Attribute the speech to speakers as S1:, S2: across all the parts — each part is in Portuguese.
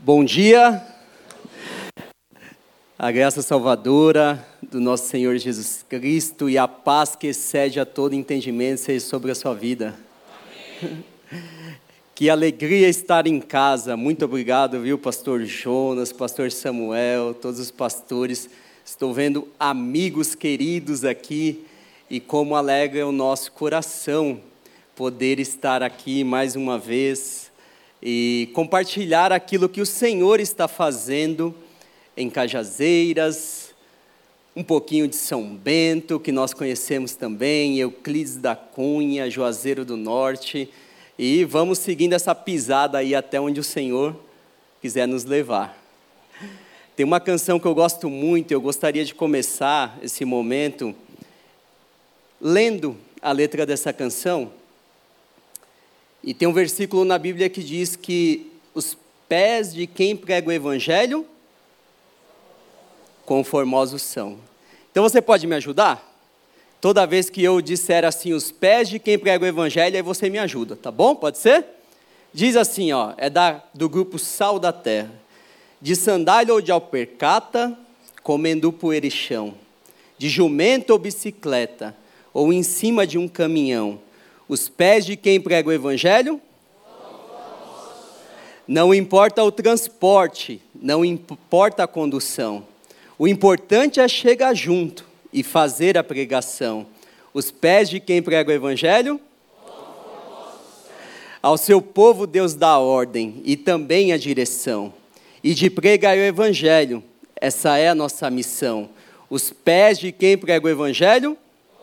S1: Bom dia, a graça salvadora do nosso Senhor Jesus Cristo e a paz que excede a todo entendimento seja sobre a sua vida. Amém. Que alegria estar em casa, muito obrigado, viu, pastor Jonas, pastor Samuel, todos os pastores. Estou vendo amigos queridos aqui e como alegra o nosso coração poder estar aqui mais uma vez e compartilhar aquilo que o Senhor está fazendo em Cajazeiras, um pouquinho de São Bento, que nós conhecemos também, Euclides da Cunha, Juazeiro do Norte, e vamos seguindo essa pisada aí até onde o Senhor quiser nos levar. Tem uma canção que eu gosto muito, eu gostaria de começar esse momento lendo a letra dessa canção. E tem um versículo na Bíblia que diz que os pés de quem prega o Evangelho, conformosos são. Então você pode me ajudar? Toda vez que eu disser assim, os pés de quem prega o Evangelho, aí você me ajuda, tá bom? Pode ser? Diz assim, ó, do grupo Sal da Terra. De sandália ou de alpercata, comendo poeirichão. De jumento ou bicicleta, ou em cima de um caminhão. Os pés de quem prega o Evangelho? Não importa o transporte, não importa a condução. O importante é chegar junto e fazer a pregação. Os pés de quem prega o Evangelho? Ao seu povo Deus dá a ordem e também a direção. E de pregar o Evangelho, essa é a nossa missão. Os pés de quem prega o Evangelho?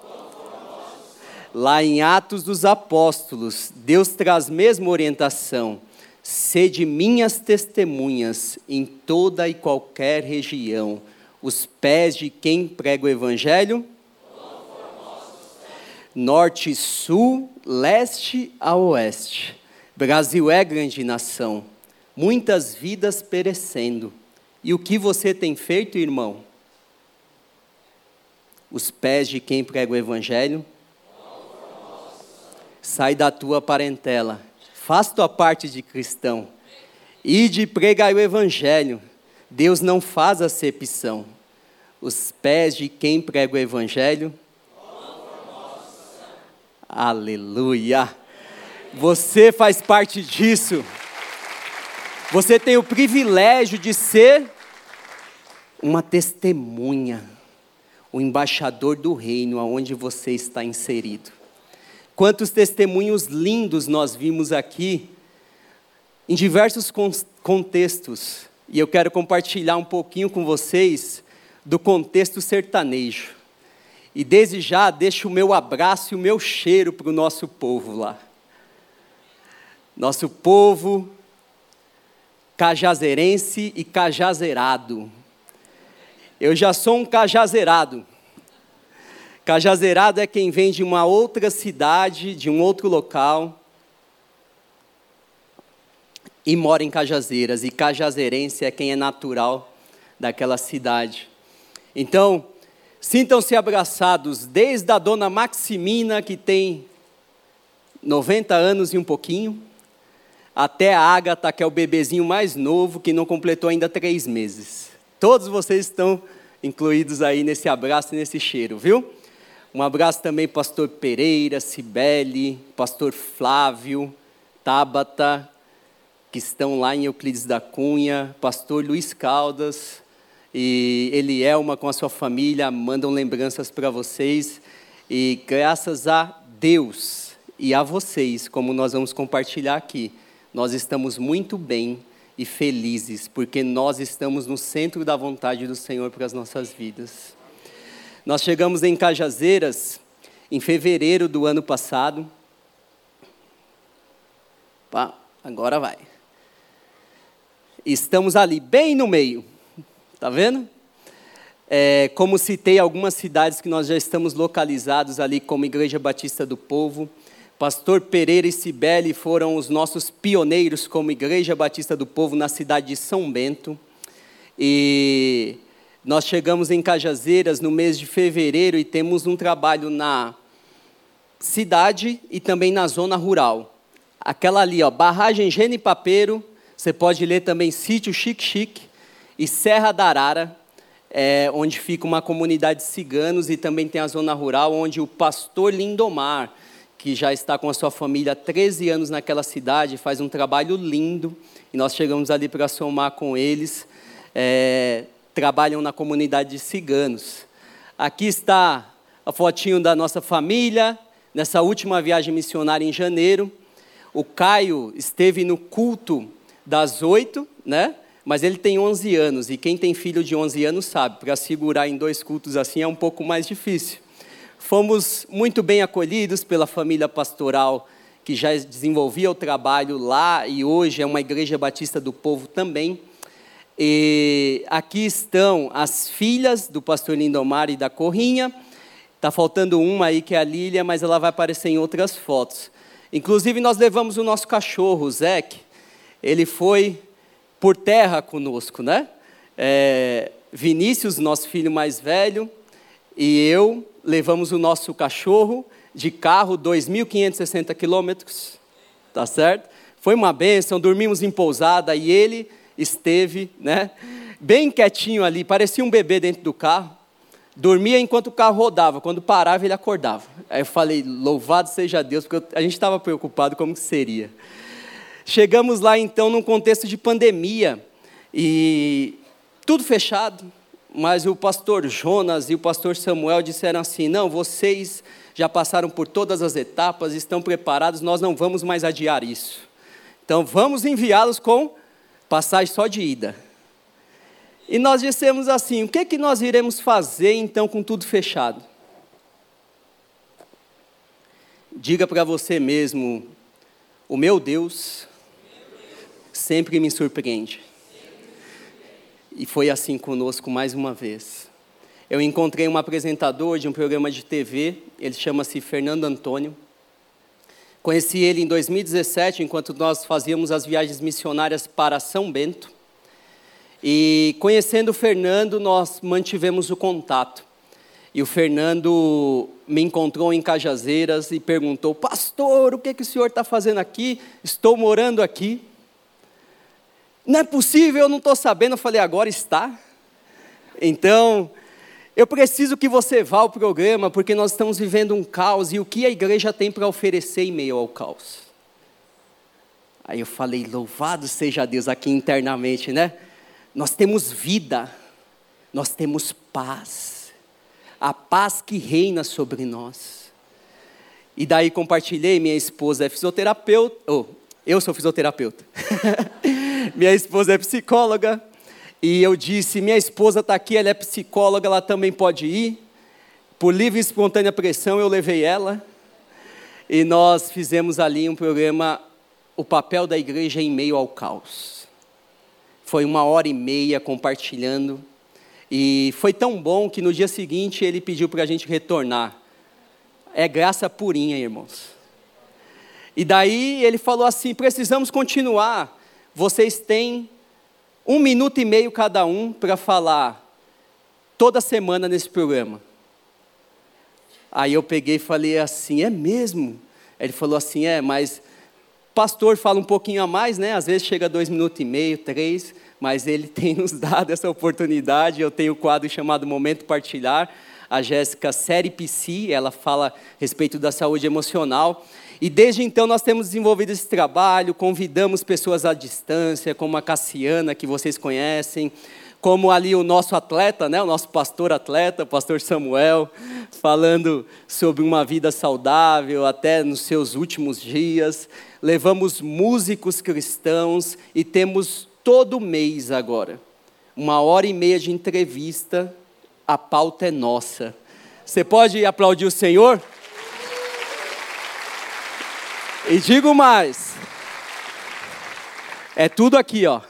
S1: Lá em Atos dos Apóstolos, Deus traz mesmo orientação. Sede minhas testemunhas em toda e qualquer região. Os pés de quem prega o Evangelho? Norte e sul, leste a oeste. Brasil é grande nação. Muitas vidas perecendo. E o que você tem feito, irmão? Os pés de quem prega o Evangelho? Sai da tua parentela, faz tua parte de cristão, e de pregar o Evangelho, Deus não faz acepção. Os pés de quem prega o Evangelho, aleluia, você faz parte disso, você tem o privilégio de ser uma testemunha, o embaixador do reino aonde você está inserido. Quantos testemunhos lindos nós vimos aqui, em diversos contextos, e eu quero compartilhar um pouquinho com vocês do contexto sertanejo. E desde já deixo o meu abraço e o meu cheiro para o nosso povo lá. Nosso povo cajazeirense e cajazeirado. Eu já sou um cajazeirado. Cajazeirado é quem vem de uma outra cidade, de um outro local, e mora em Cajazeiras. E cajazeirense é quem é natural daquela cidade. Então, sintam-se abraçados, desde a dona Maximina, que tem 90 anos e um pouquinho, até a Ágata, que é o bebezinho mais novo, que não completou ainda 3 meses. Todos vocês estão incluídos aí nesse abraço e nesse cheiro, viu? Um abraço também pastor Pereira, Cibele, pastor Flávio, Tabata, que estão lá em Euclides da Cunha, pastor Luiz Caldas e Elielma com a sua família, mandam lembranças para vocês. E graças a Deus e a vocês, como nós vamos compartilhar aqui, nós estamos muito bem e felizes, porque nós estamos no centro da vontade do Senhor para as nossas vidas. Nós chegamos em Cajazeiras em fevereiro do ano passado. Agora vai. Estamos ali, bem no meio. Está vendo? Como citei algumas cidades que nós já estamos localizados ali como Igreja Batista do Povo. Pastor Pereira e Cibele foram os nossos pioneiros como Igreja Batista do Povo na cidade de São Bento. E nós chegamos em Cajazeiras no mês de fevereiro e temos um trabalho na cidade e também na zona rural. Aquela ali, ó, Barragem Genipapeiro, Você pode ler também Sítio Xique-Xique e Serra da Arara, onde fica uma comunidade de ciganos, e também tem a zona rural, onde o pastor Lindomar, que já está com a sua família há 13 anos naquela cidade, faz um trabalho lindo, e nós chegamos ali para somar com eles, trabalham na comunidade de ciganos. Aqui está a fotinho da nossa família, nessa última viagem missionária em janeiro. O Caio esteve no culto das 8, né? Mas ele tem 11 anos, e quem tem filho de 11 anos sabe, para segurar em 2 cultos assim é um pouco mais difícil. Fomos muito bem acolhidos pela família pastoral, que já desenvolvia o trabalho lá, e hoje é uma igreja batista do povo também. E aqui estão as filhas do pastor Lindomar e da Corrinha. Está faltando uma aí, que é a Lília, mas ela vai aparecer em outras fotos. Inclusive, nós levamos o nosso cachorro, o Zeque. Ele foi por terra conosco, né? Vinícius, nosso filho mais velho, e eu levamos o nosso cachorro de carro, 2.560 quilômetros, tá certo? Foi uma bênção, dormimos em pousada, e ele esteve, né, bem quietinho ali, parecia um bebê dentro do carro, dormia enquanto o carro rodava, quando parava ele acordava. Aí eu falei, louvado seja Deus, porque a gente estava preocupado como que seria. Chegamos lá, então, num contexto de pandemia, e tudo fechado, mas o pastor Jonas e o pastor Samuel disseram assim, não, vocês já passaram por todas as etapas, estão preparados, nós não vamos mais adiar isso. Então, vamos enviá-los com passagem só de ida. E nós dissemos assim, o que nós iremos fazer, então, com tudo fechado? Diga para você mesmo, o meu Deus sempre me surpreende. E foi assim conosco mais uma vez. Eu encontrei um apresentador de um programa de TV, ele chama-se Fernando Antônio. Conheci ele em 2017, enquanto nós fazíamos as viagens missionárias para São Bento. E conhecendo o Fernando, nós mantivemos o contato. E o Fernando me encontrou em Cajazeiras e perguntou, pastor, o que o senhor está fazendo aqui? Estou morando aqui. Não é possível, eu não estou sabendo. Eu falei, agora está. Então, eu preciso que você vá ao programa, porque nós estamos vivendo um caos, e o que a igreja tem para oferecer em meio ao caos? Aí eu falei, louvado seja Deus, aqui internamente, né? Nós temos vida, nós temos paz, a paz que reina sobre nós. E daí compartilhei, minha esposa é fisioterapeuta, eu sou fisioterapeuta, minha esposa é psicóloga, e eu disse, minha esposa está aqui, ela é psicóloga, ela também pode ir. Por livre e espontânea pressão, eu levei ela. E nós fizemos ali um programa, o papel da igreja em meio ao caos. Foi 1h30 compartilhando. E foi tão bom que no dia seguinte ele pediu para a gente retornar. É graça purinha, irmãos. E daí ele falou assim, precisamos continuar. Vocês têm 1 minuto e meio cada um para falar toda semana nesse programa. Aí eu peguei e falei assim, é mesmo? Ele falou assim, mas pastor fala um pouquinho a mais, né? Às vezes chega 2 minutos e meio, 3, mas ele tem nos dado essa oportunidade. Eu tenho um quadro chamado Momento Partilhar. A Jéssica Série Psi, ela fala a respeito da saúde emocional. E desde então nós temos desenvolvido esse trabalho, convidamos pessoas à distância, como a Cassiana, que vocês conhecem, como ali o nosso atleta, né, o nosso pastor atleta, o pastor Samuel, falando sobre uma vida saudável até nos seus últimos dias. Levamos músicos cristãos e temos todo mês agora 1h30 de entrevista, a pauta é nossa. Você pode aplaudir o Senhor? E digo mais, é tudo aqui, ó.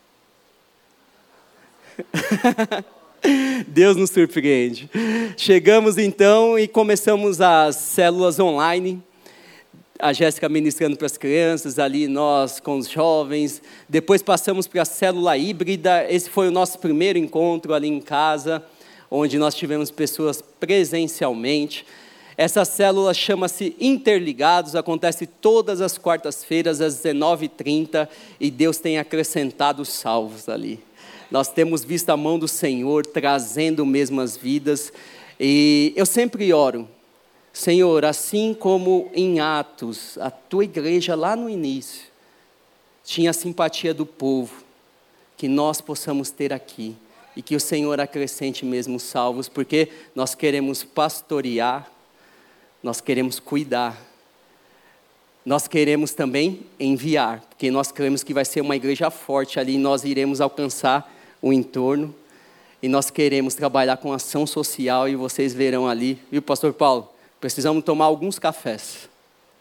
S1: Deus nos surpreende. Chegamos então e começamos as células online. A Jéssica ministrando para as crianças, ali nós com os jovens. Depois passamos para a célula híbrida. Esse foi o nosso primeiro encontro ali em casa, onde nós tivemos pessoas presencialmente. Essa célula chama-se Interligados, acontece todas as quartas-feiras às 19h30 e Deus tem acrescentado salvos ali. Nós temos visto a mão do Senhor trazendo mesmo as vidas e eu sempre oro, Senhor, assim como em Atos, a tua igreja lá no início tinha a simpatia do povo, que nós possamos ter aqui e que o Senhor acrescente mesmo salvos, porque nós queremos pastorear, nós queremos cuidar, nós queremos também enviar, porque nós cremos que vai ser uma igreja forte ali, nós iremos alcançar o entorno, e nós queremos trabalhar com ação social, e vocês verão ali, viu, pastor Paulo? Precisamos tomar alguns cafés.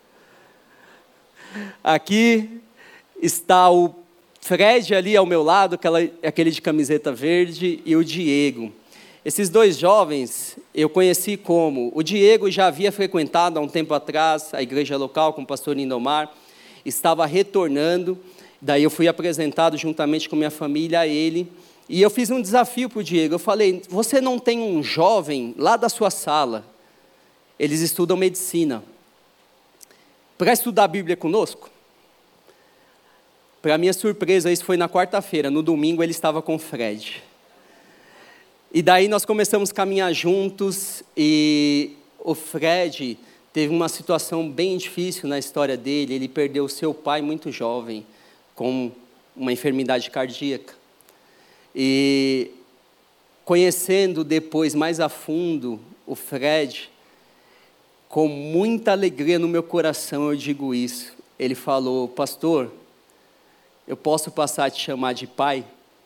S1: Aqui está o Fred ali ao meu lado, aquele de camiseta verde, e o Diego. Esses dois jovens eu conheci como, o Diego já havia frequentado há um tempo atrás a igreja local com o pastor Lindomar, estava retornando, daí eu fui apresentado juntamente com minha família a ele, e eu fiz um desafio para o Diego, eu falei, você não tem um jovem lá da sua sala, eles estudam medicina, para estudar a Bíblia conosco? Para minha surpresa, isso foi na quarta-feira, no domingo ele estava com o Fred. E daí nós começamos a caminhar juntos e o Fred teve uma situação bem difícil na história dele. Ele perdeu o seu pai muito jovem, com uma enfermidade cardíaca. E conhecendo depois mais a fundo o Fred, com muita alegria no meu coração eu digo isso. Ele falou, pastor, eu posso passar a te chamar de pai?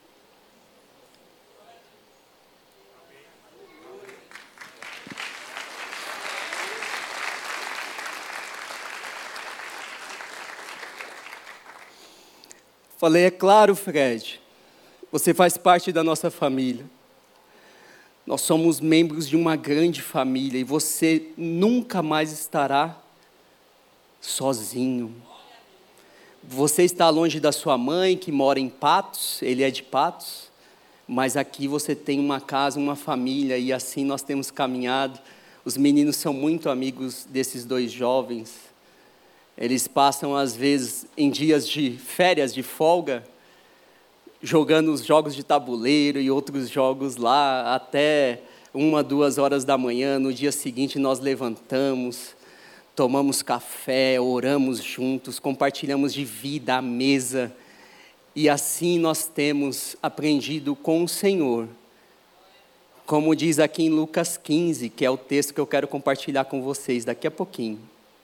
S1: Falei, é claro, Fred, você faz parte da nossa família. Nós somos membros de uma grande família e você nunca mais estará sozinho. Você está longe da sua mãe, que mora em Patos, ele é de Patos, mas aqui você tem uma casa, uma família, e assim nós temos caminhado. Os meninos são muito amigos desses dois jovens. Eles passam, às vezes, em dias de férias, de folga, jogando os jogos de tabuleiro e outros jogos lá, até 1, 2 horas da manhã. No dia seguinte, nós levantamos, tomamos café, oramos juntos, compartilhamos de vida à mesa. E assim nós temos aprendido com o Senhor. Como diz aqui em Lucas 15, que é o texto que eu quero compartilhar com vocês daqui a pouquinho.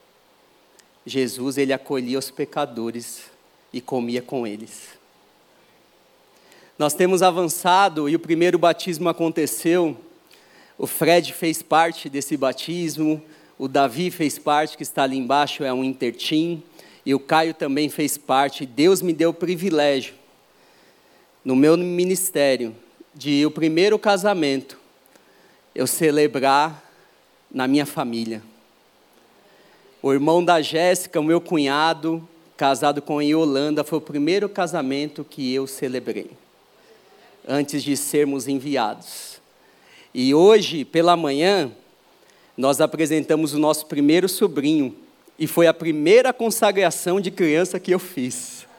S1: Jesus, ele acolhia os pecadores e comia com eles. Nós temos avançado e o primeiro batismo aconteceu. O Fred fez parte desse batismo, o Davi fez parte, que está ali embaixo, é um intertim, e o Caio também fez parte. Deus me deu o privilégio, no meu ministério, de o primeiro casamento, eu celebrar na minha família. O irmão da Jéssica, o meu cunhado, casado com a Yolanda, foi o primeiro casamento que eu celebrei, antes de sermos enviados. E hoje, pela manhã, nós apresentamos o nosso primeiro sobrinho, e foi a primeira consagração de criança que eu fiz.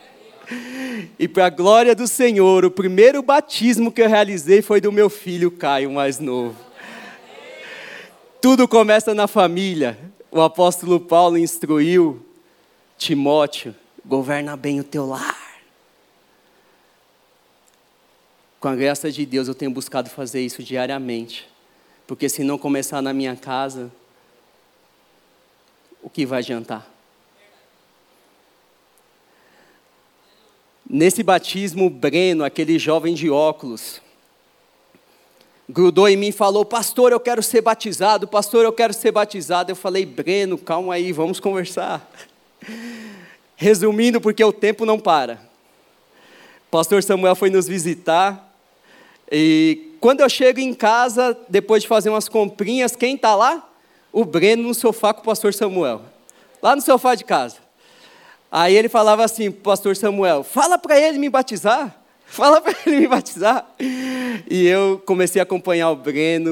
S1: E para a glória do Senhor, o primeiro batismo que eu realizei foi do meu filho Caio, mais novo. Tudo começa na família. O apóstolo Paulo instruiu Timóteo, governa bem o teu lar. Com a graça de Deus, eu tenho buscado fazer isso diariamente. Porque se não começar na minha casa, o que vai adiantar? Nesse batismo, o Breno, aquele jovem de óculos, grudou em mim e falou, pastor, eu quero ser batizado, pastor, eu quero ser batizado. Eu falei, Breno, calma aí, vamos conversar. Resumindo, porque o tempo não para. Pastor Samuel foi nos visitar, e quando eu chego em casa, depois de fazer umas comprinhas, quem está lá? O Breno no sofá com o pastor Samuel, lá no sofá de casa. Aí ele falava assim, pastor Samuel, fala para ele me batizar. Fala para ele me batizar. E eu comecei a acompanhar o Breno.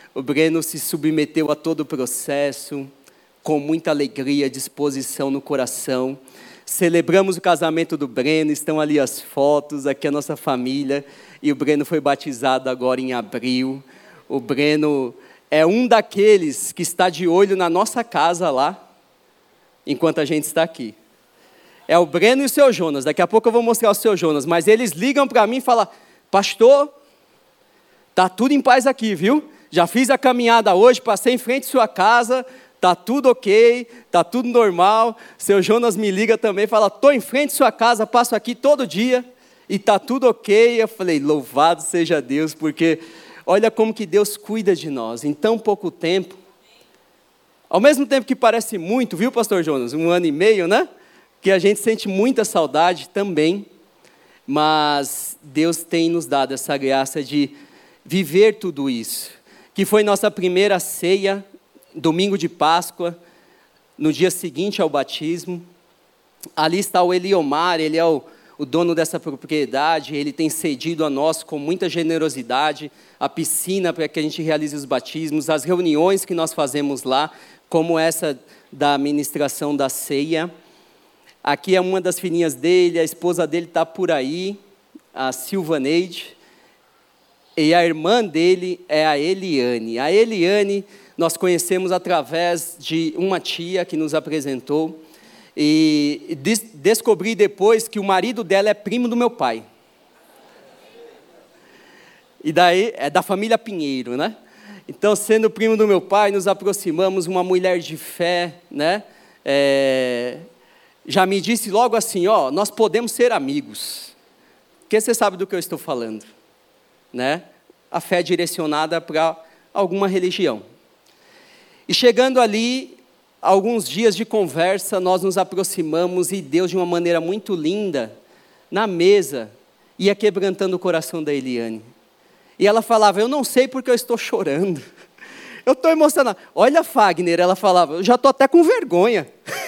S1: O Breno se submeteu a todo o processo, com muita alegria, disposição no coração. Celebramos o casamento do Breno, estão ali as fotos, aqui a nossa família. E o Breno foi batizado agora em abril. O Breno é um daqueles que está de olho na nossa casa lá, enquanto a gente está aqui. É o Breno e o seu Jonas. Daqui a pouco eu vou mostrar o seu Jonas. Mas eles ligam para mim e falam: pastor, está tudo em paz aqui, viu? Já fiz a caminhada hoje, passei em frente à sua casa, está tudo ok, está tudo normal. Seu Jonas me liga também e fala: estou em frente à sua casa, passo aqui todo dia e está tudo ok. Eu falei: louvado seja Deus, porque olha como que Deus cuida de nós em tão pouco tempo. Ao mesmo tempo que parece muito, viu, pastor Jonas? 1 ano e meio, né? Que a gente sente muita saudade também, mas Deus tem nos dado essa graça de viver tudo isso, que foi nossa primeira ceia, domingo de Páscoa, no dia seguinte ao batismo. Ali está o Eliomar, ele é o dono dessa propriedade, ele tem cedido a nós com muita generosidade a piscina para que a gente realize os batismos, as reuniões que nós fazemos lá, como essa da ministração da ceia. Aqui é uma das filhinhas dele, a esposa dele está por aí, a Silvaneide, e a irmã dele é a Eliane. A Eliane nós conhecemos através de uma tia que nos apresentou, e descobri depois que o marido dela é primo do meu pai. E daí é da família Pinheiro, né? Então, sendo primo do meu pai, nos aproximamos, uma mulher de fé, né? Já me disse logo assim: ó, nós podemos ser amigos. Porque você sabe do que eu estou falando, né? A fé direcionada para alguma religião. E chegando ali, alguns dias de conversa, nós nos aproximamos e Deus, de uma maneira muito linda, na mesa, ia quebrantando o coração da Eliane. E ela falava: eu não sei porque eu estou chorando. Eu estou emocionada. Olha, Fagner, ela falava: eu já estou até com vergonha.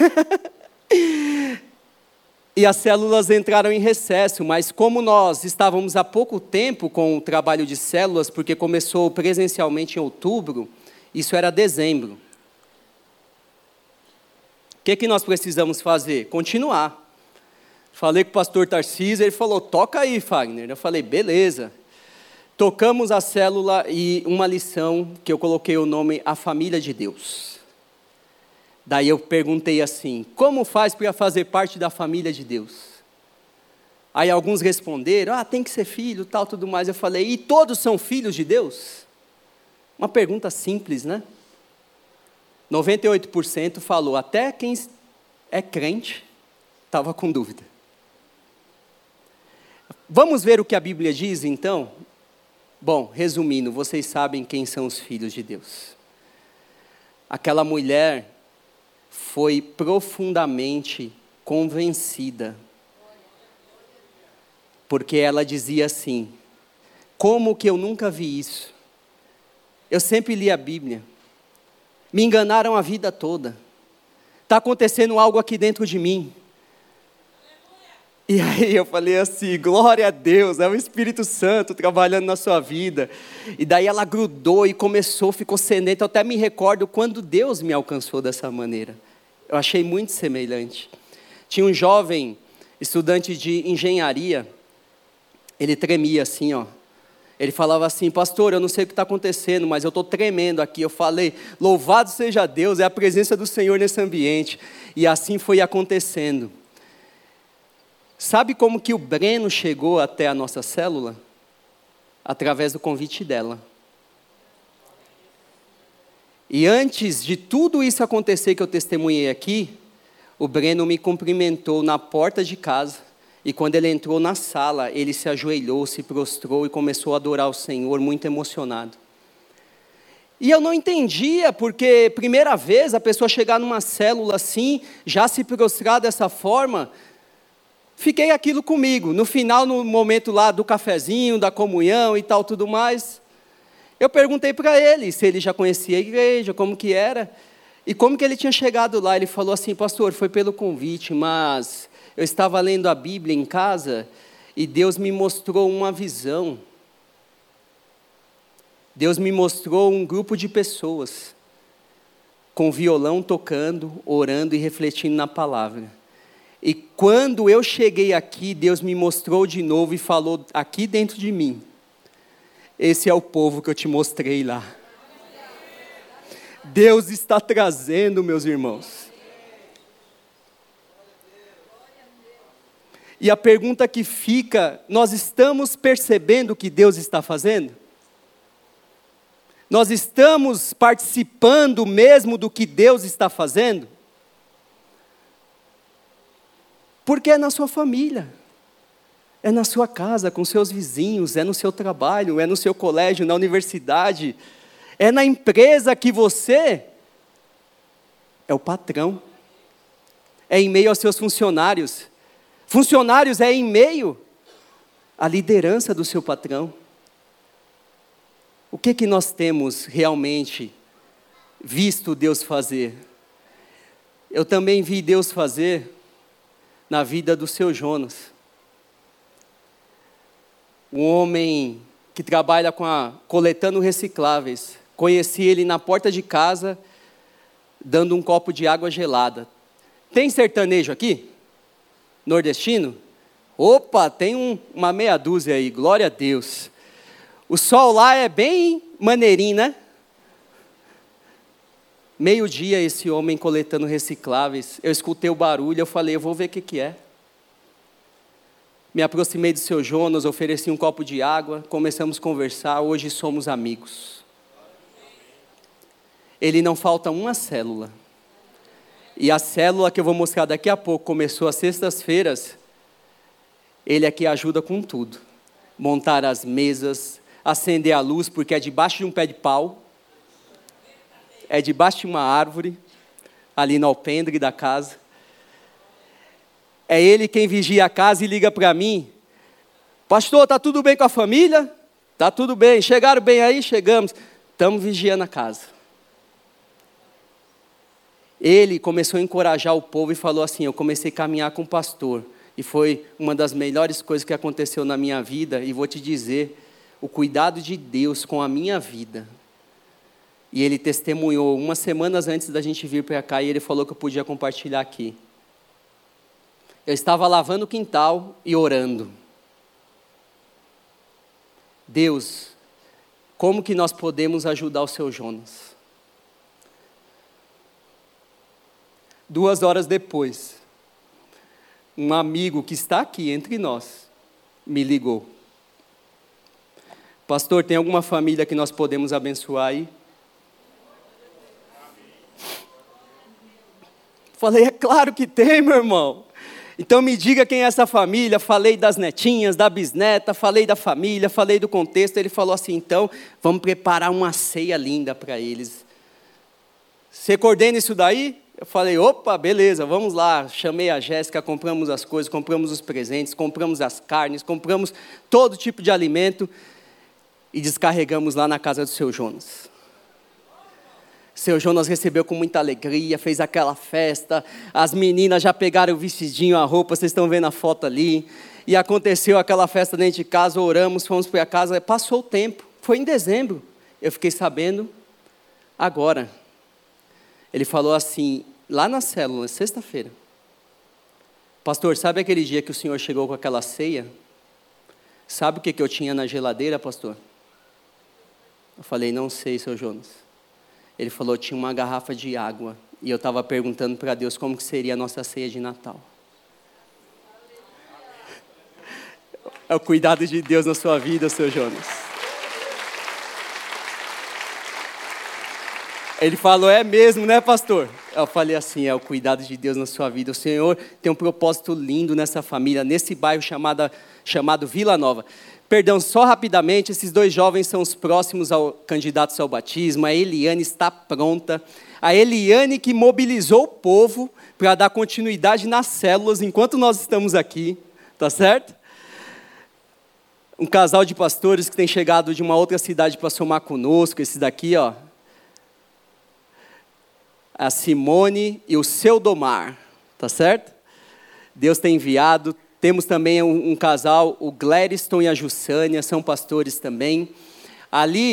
S1: E as células entraram em recesso, mas como nós estávamos há pouco tempo com o trabalho de células, porque começou presencialmente em outubro, isso era dezembro. O que nós precisamos fazer? Continuar. Falei com o pastor Tarcísio, ele falou: toca aí, Fagner. Eu falei: beleza. Tocamos a célula e uma lição que eu coloquei o nome A Família de Deus. Daí eu perguntei assim: como faz para fazer parte da família de Deus? Aí alguns responderam: tem que ser filho, tal, tudo mais. Eu falei: e todos são filhos de Deus? Uma pergunta simples, né? 98% falou, até quem é crente estava com dúvida. Vamos ver o que a Bíblia diz, então? Bom, resumindo, vocês sabem quem são os filhos de Deus. Aquela mulher foi profundamente convencida, porque ela dizia assim: como que eu nunca vi isso? Eu sempre li a Bíblia, me enganaram a vida toda, está acontecendo algo aqui dentro de mim. E aí eu falei assim: glória a Deus, é o Espírito Santo trabalhando na sua vida. E daí ela grudou e ficou sedenta. Eu até me recordo quando Deus me alcançou dessa maneira. Eu achei muito semelhante. Tinha um jovem estudante de engenharia, ele tremia assim, ó. Ele falava assim: pastor, eu não sei o que está acontecendo, mas eu estou tremendo aqui. Eu falei: louvado seja Deus, é a presença do Senhor nesse ambiente. E assim foi acontecendo. Sabe como que o Breno chegou até a nossa célula? Através do convite dela. E antes de tudo isso acontecer que eu testemunhei aqui, o Breno me cumprimentou na porta de casa. E quando ele entrou na sala, ele se ajoelhou, se prostrou e começou a adorar o Senhor, muito emocionado. E eu não entendia, porque primeira vez a pessoa chegar numa célula assim, já se prostrar dessa forma, fiquei aquilo comigo. No final, no momento lá do cafezinho, da comunhão e tal, tudo mais, eu perguntei para ele se ele já conhecia a igreja, como que era, e como que ele tinha chegado lá. Ele falou assim: pastor, foi pelo convite, mas eu estava lendo a Bíblia em casa e Deus me mostrou uma visão. Deus me mostrou um grupo de pessoas com violão tocando, orando e refletindo na palavra. E quando eu cheguei aqui, Deus me mostrou de novo e falou aqui dentro de mim: esse é o povo que eu te mostrei lá. Deus está trazendo, meus irmãos. E a pergunta que fica: nós estamos percebendo o que Deus está fazendo? Nós estamos participando mesmo do que Deus está fazendo? Porque é na sua família, é na sua casa, com seus vizinhos, é no seu trabalho, é no seu colégio, na universidade, é na empresa que você é o patrão, é em meio aos seus funcionários. Funcionários é em meio à liderança do seu patrão. O que nós temos realmente visto Deus fazer? Eu também vi Deus fazer na vida do seu Jonas. Um homem que trabalha coletando recicláveis. Conheci ele na porta de casa, dando um copo de água gelada. Tem sertanejo aqui? Nordestino? Opa, tem uma meia dúzia aí, glória a Deus. O sol lá é bem maneirinho, né? Meio-dia esse homem coletando recicláveis, eu escutei o barulho, eu falei, eu vou ver o que é. Me aproximei do seu Jonas, ofereci um copo de água, começamos a conversar, hoje somos amigos. Ele não falta uma célula. E a célula que eu vou mostrar daqui a pouco, começou às sextas-feiras, ele aqui ajuda com tudo. Montar as mesas, acender a luz, porque é debaixo de um pé de pau, é debaixo de uma árvore, ali no alpendre da casa. É ele quem vigia a casa e liga para mim: pastor, está tudo bem com a família? Está tudo bem, chegaram bem aí? Chegamos, estamos vigiando a casa. Ele começou a encorajar o povo e falou assim: eu comecei a caminhar com o pastor, e foi uma das melhores coisas que aconteceu na minha vida, e vou te dizer, o cuidado de Deus com a minha vida. E ele testemunhou umas semanas antes da gente vir para cá, e ele falou que eu podia compartilhar aqui. Eu estava lavando o quintal e orando. Deus, como que nós podemos ajudar o seu Jonas? 2 horas depois, um amigo que está aqui entre nós, me ligou. Pastor, tem alguma família que nós podemos abençoar aí? Falei, é claro que tem, meu irmão. Então me diga quem é essa família. Falei das netinhas, da bisneta, falei da família, falei do contexto. Ele falou assim: então, vamos preparar uma ceia linda para eles. Você coordena isso daí? Eu falei, opa, beleza, vamos lá. Chamei a Jéssica, compramos as coisas, compramos os presentes, compramos as carnes, compramos todo tipo de alimento e descarregamos lá na casa do seu Jonas. Seu Jonas recebeu com muita alegria, fez aquela festa, as meninas já pegaram o vestidinho, a roupa, vocês estão vendo a foto ali, e aconteceu aquela festa dentro de casa, oramos, fomos para casa, passou o tempo, foi em dezembro, eu fiquei sabendo agora. Ele falou assim, lá na célula, sexta-feira: pastor, sabe aquele dia que o senhor chegou com aquela ceia? Sabe o que eu tinha na geladeira, pastor? Eu falei, não sei, seu Jonas. Ele falou, tinha uma garrafa de água, e eu estava perguntando para Deus como que seria a nossa ceia de Natal. É o cuidado de Deus na sua vida, seu Jonas. Ele falou, é mesmo, né, pastor? Eu falei assim, é o cuidado de Deus na sua vida. O Senhor tem um propósito lindo nessa família, nesse bairro chamado Vila Nova. Perdão, só rapidamente, esses 2 jovens são os próximos candidatos ao batismo. A Eliane está pronta. A Eliane que mobilizou o povo para dar continuidade nas células enquanto nós estamos aqui, tá certo? Um casal de pastores que tem chegado de uma outra cidade para somar conosco, esses daqui, ó. A Simone e o seu Domar, tá certo? Deus tem enviado. Temos também um casal, o Gladstone e a Jussânia, são pastores também. Ali,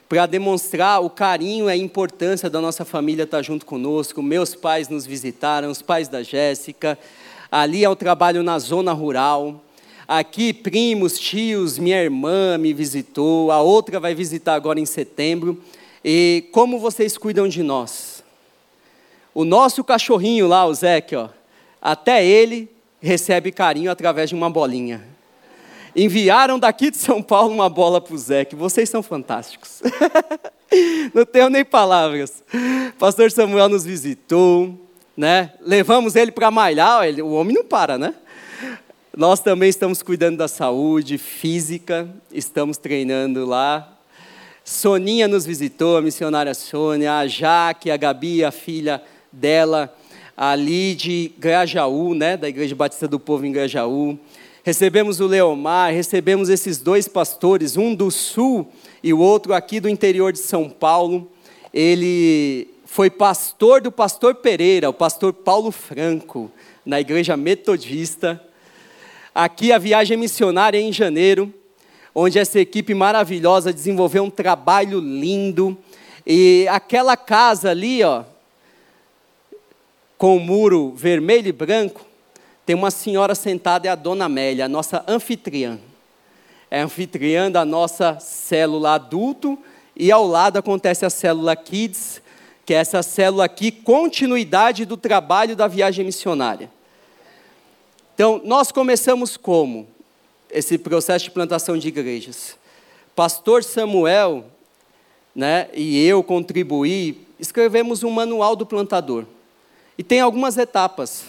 S1: para demonstrar o carinho e a importância da nossa família estar junto conosco. Meus pais nos visitaram, os pais da Jéssica. Ali é o trabalho na zona rural. Aqui, primos, tios, minha irmã me visitou, a outra vai visitar agora em setembro. E como vocês cuidam de nós? O nosso cachorrinho lá, o Zeque, ó, até ele recebe carinho através de uma bolinha. Enviaram daqui de São Paulo uma bola para o Zeque. Vocês são fantásticos. Não tenho nem palavras. Pastor Samuel nos visitou, né? Levamos ele para malhar, o homem não para, né? Nós também estamos cuidando da saúde física, estamos treinando lá. Soninha nos visitou, a missionária Sônia, a Jaque, a Gabi, a filha dela, ali de Grajaú, né, da Igreja Batista do Povo em Grajaú. Recebemos o Leomar, recebemos esses dois pastores, um do sul e o outro aqui do interior de São Paulo. Ele foi pastor do pastor Pereira, o pastor Paulo Franco, na Igreja Metodista. Aqui a viagem missionária em janeiro, onde essa equipe maravilhosa desenvolveu um trabalho lindo. E aquela casa ali, ó, com o muro vermelho e branco, tem uma senhora sentada, é a Dona Amélia, a nossa anfitriã. É anfitriã da nossa célula adulto, e ao lado acontece a célula Kids, que é essa célula aqui, continuidade do trabalho da viagem missionária. Então, nós começamos como? Esse processo de plantação de igrejas. Pastor Samuel, né, e eu contribuí, escrevemos um manual do plantador. E tem algumas etapas.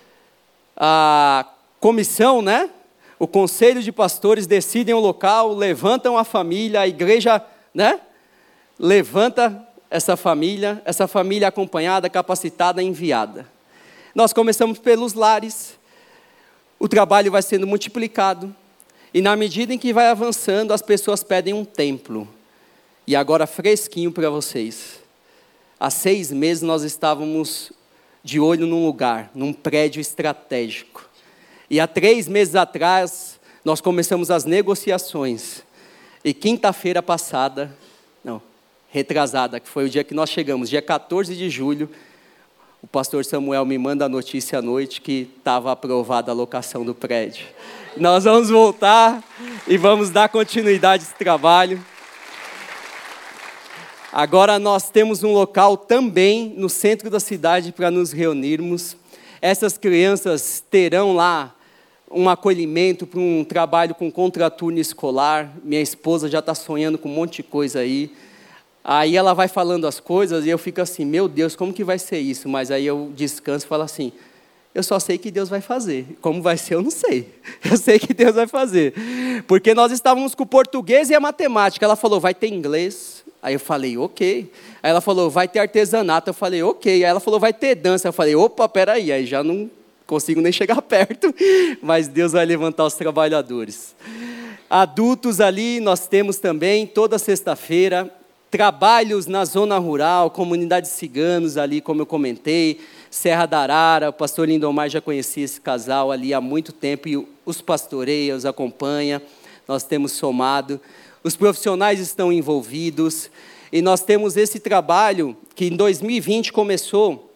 S1: A comissão, né, o conselho de pastores decidem o local, levantam a família, a igreja, né, levanta essa família acompanhada, capacitada, enviada. Nós começamos pelos lares. O trabalho vai sendo multiplicado, e na medida em que vai avançando, as pessoas pedem um templo. E agora fresquinho para vocês. Há 6 meses nós estávamos de olho num lugar, num prédio estratégico. E há 3 meses atrás, nós começamos as negociações. E quinta-feira passada, retrasada, que foi o dia que nós chegamos, dia 14 de julho, o pastor Samuel me manda a notícia à noite que estava aprovada a locação do prédio. Nós vamos voltar e vamos dar continuidade a esse trabalho. Agora nós temos um local também no centro da cidade para nos reunirmos. Essas crianças terão lá um acolhimento para um trabalho com contraturno escolar. Minha esposa já está sonhando com um monte de coisa aí. Aí ela vai falando as coisas e eu fico assim, meu Deus, como que vai ser isso? Mas aí eu descanso e falo assim, eu só sei que Deus vai fazer. Como vai ser, eu não sei. Eu sei que Deus vai fazer. Porque nós estávamos com o português e a matemática. Ela falou, vai ter inglês. Aí eu falei, ok. Aí ela falou, vai ter artesanato. Eu falei, ok. Aí ela falou, vai ter dança. Eu falei, opa, peraí. Aí já não consigo nem chegar perto. Mas Deus vai levantar os trabalhadores. Adultos ali, nós temos também, toda sexta-feira, trabalhos na zona rural, comunidades ciganos ali, como eu comentei, Serra da Arara, o pastor Lindomar já conhecia esse casal ali há muito tempo e os pastoreia, os acompanha, nós temos somado, os profissionais estão envolvidos e nós temos esse trabalho que em 2020 começou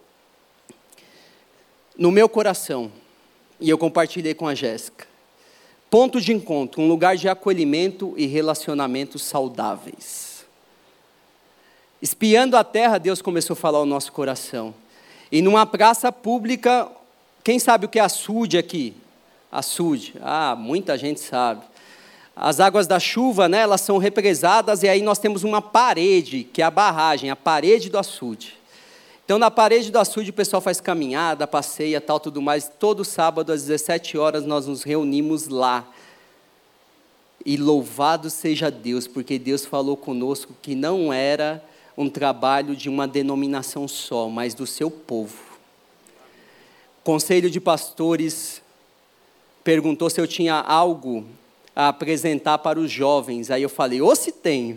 S1: no meu coração e eu compartilhei com a Jéssica. Ponto de encontro, um lugar de acolhimento e relacionamentos saudáveis. Espiando a terra, Deus começou a falar ao nosso coração. E numa praça pública, quem sabe o que é açude aqui? Açude, muita gente sabe. As águas da chuva, né, elas são represadas e aí nós temos uma parede, que é a barragem, a parede do açude. Então, na parede do açude, o pessoal faz caminhada, passeia, tal, tudo mais. Todo sábado, às 17 horas, nós nos reunimos lá. E louvado seja Deus, porque Deus falou conosco que não era um trabalho de uma denominação só, mas do seu povo. Conselho de pastores perguntou se eu tinha algo a apresentar para os jovens. Aí eu falei, se tenho.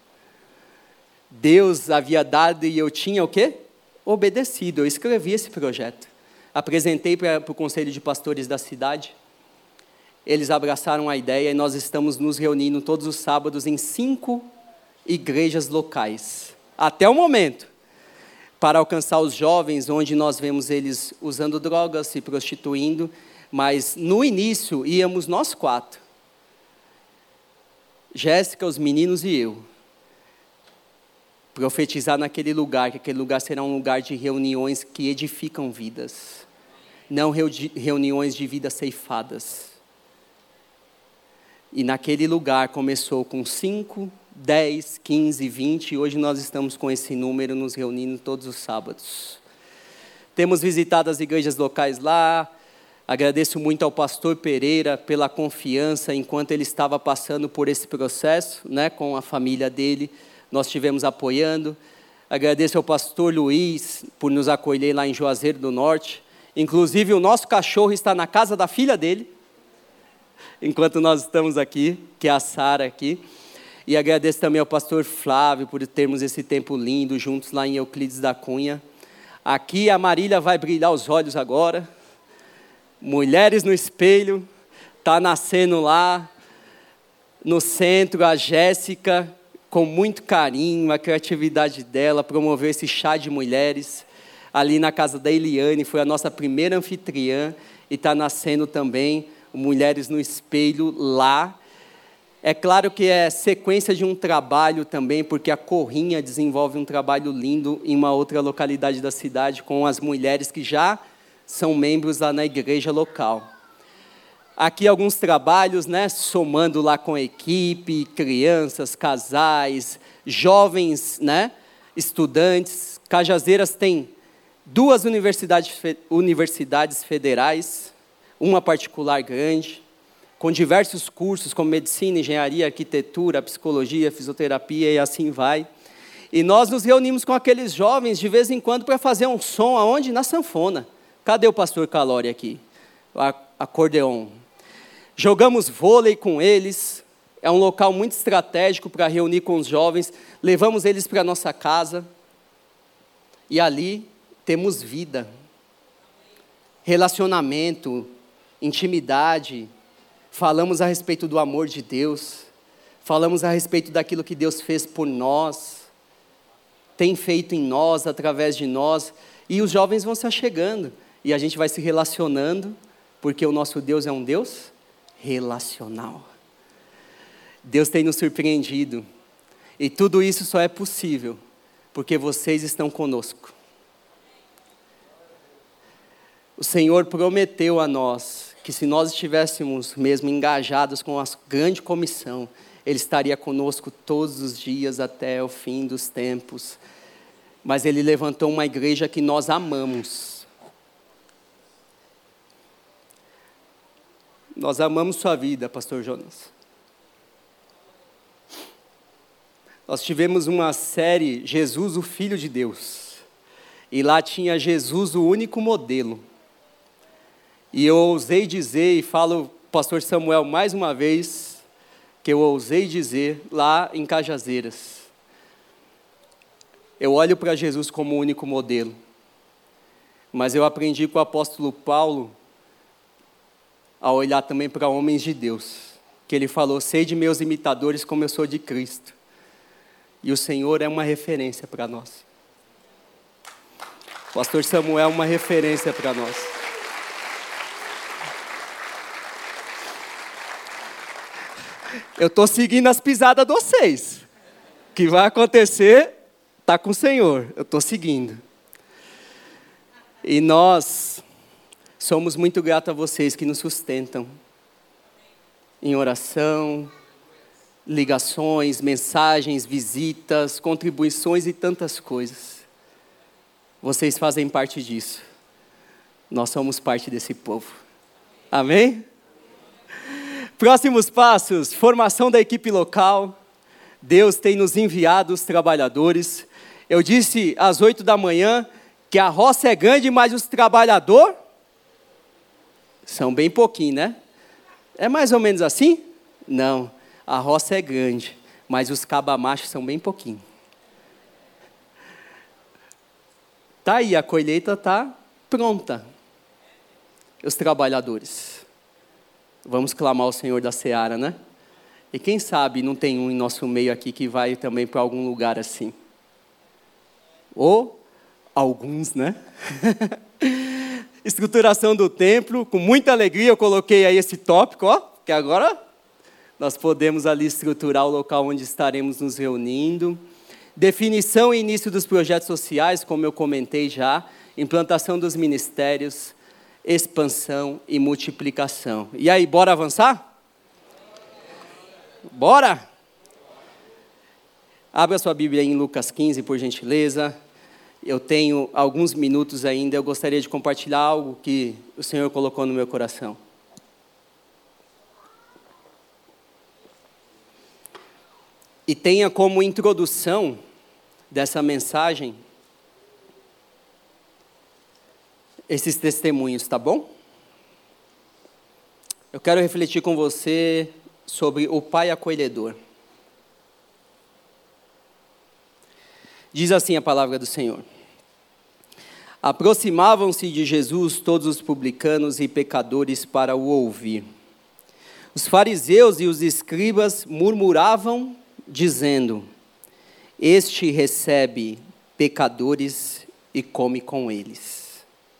S1: Deus havia dado e eu tinha o quê? Obedecido. Eu escrevi esse projeto. Apresentei para o conselho de pastores da cidade. Eles abraçaram a ideia e nós estamos nos reunindo todos os sábados em 5 igrejas locais, até o momento, para alcançar os jovens, onde nós vemos eles usando drogas, se prostituindo, mas no início íamos nós 4, Jéssica, os meninos e eu, profetizar naquele lugar, que aquele lugar será um lugar de reuniões que edificam vidas, não reuniões de vidas ceifadas. E naquele lugar começou com 5, 10, 15, 20, e hoje nós estamos com esse número nos reunindo todos os sábados. Temos visitado as igrejas locais lá. Agradeço muito ao pastor Pereira pela confiança enquanto ele estava passando por esse processo, né, com a família dele. Nós estivemos apoiando. Agradeço ao pastor Luiz por nos acolher lá em Juazeiro do Norte. Inclusive o nosso cachorro está na casa da filha dele, enquanto nós estamos aqui, que é a Sara aqui. E agradeço também ao pastor Flávio por termos esse tempo lindo juntos lá em Euclides da Cunha. Aqui a Marília vai brilhar os olhos agora. Mulheres no Espelho, está nascendo lá no centro. A Jéssica, com muito carinho, a criatividade dela, promoveu esse chá de mulheres. Ali na casa da Eliane, foi a nossa primeira anfitriã, e está nascendo também Mulheres no Espelho lá. É claro que é sequência de um trabalho também, porque a Corrinha desenvolve um trabalho lindo em uma outra localidade da cidade, com as mulheres que já são membros lá na igreja local. Aqui alguns trabalhos, né, somando lá com a equipe, crianças, casais, jovens, né, estudantes. Cajazeiras tem 2 universidades federais, uma particular grande, com diversos cursos como medicina, engenharia, arquitetura, psicologia, fisioterapia e assim vai. E nós nos reunimos com aqueles jovens de vez em quando para fazer um som aonde? Na sanfona. Cadê o pastor Calori aqui? O acordeon. Jogamos vôlei com eles. É um local muito estratégico para reunir com os jovens. Levamos eles para a nossa casa. E ali temos vida, relacionamento, intimidade. Falamos a respeito do amor de Deus. Falamos a respeito daquilo que Deus fez por nós. Tem feito em nós, através de nós. E os jovens vão se achegando. E a gente vai se relacionando, porque o nosso Deus é um Deus relacional. Deus tem nos surpreendido. E tudo isso só é possível porque vocês estão conosco. O Senhor prometeu a nós que se nós estivéssemos mesmo engajados com a grande comissão, Ele estaria conosco todos os dias até o fim dos tempos. Mas Ele levantou uma igreja que nós amamos. Nós amamos sua vida, pastor Jonas. Nós tivemos uma série, Jesus, o Filho de Deus. E lá tinha Jesus, o único modelo. E eu ousei dizer, e falo, pastor Samuel, mais uma vez, que eu ousei dizer lá em Cajazeiras. Eu olho para Jesus como o único modelo. Mas eu aprendi com o apóstolo Paulo a olhar também para homens de Deus, que ele falou, sei de meus imitadores como eu sou de Cristo. E o Senhor é uma referência para nós. O pastor Samuel é uma referência para nós. Eu estou seguindo as pisadas de vocês. O que vai acontecer, está com o Senhor. Eu estou seguindo. E nós somos muito gratos a vocês que nos sustentam em oração, ligações, mensagens, visitas, contribuições e tantas coisas. Vocês fazem parte disso. Nós somos parte desse povo. Amém? Próximos passos, formação da equipe local. Deus tem nos enviado os trabalhadores. Eu disse às 8 da manhã que a roça é grande, mas os trabalhadores são bem pouquinho, né? É mais ou menos assim? Não, a roça é grande, mas os cabamachos são bem pouquinho. Tá aí, a colheita está pronta. Os trabalhadores. Vamos clamar ao Senhor da Seara, né? E quem sabe não tem um em nosso meio aqui que vai também para algum lugar assim. Ou alguns, né? Estruturação do templo, com muita alegria eu coloquei aí esse tópico, ó, que agora nós podemos ali estruturar o local onde estaremos nos reunindo. Definição e início dos projetos sociais, como eu comentei já, implantação dos ministérios, expansão e multiplicação. E aí, bora avançar? Bora? Abra sua Bíblia em Lucas 15, por gentileza. Eu tenho alguns minutos ainda, eu gostaria de compartilhar algo que o Senhor colocou no meu coração. E tenha como introdução dessa mensagem esses testemunhos, tá bom? Eu quero refletir com você sobre o Pai acolhedor. Diz assim a palavra do Senhor. Aproximavam-se de Jesus todos os publicanos e pecadores para o ouvir. Os fariseus e os escribas murmuravam, dizendo: Este recebe pecadores e come com eles.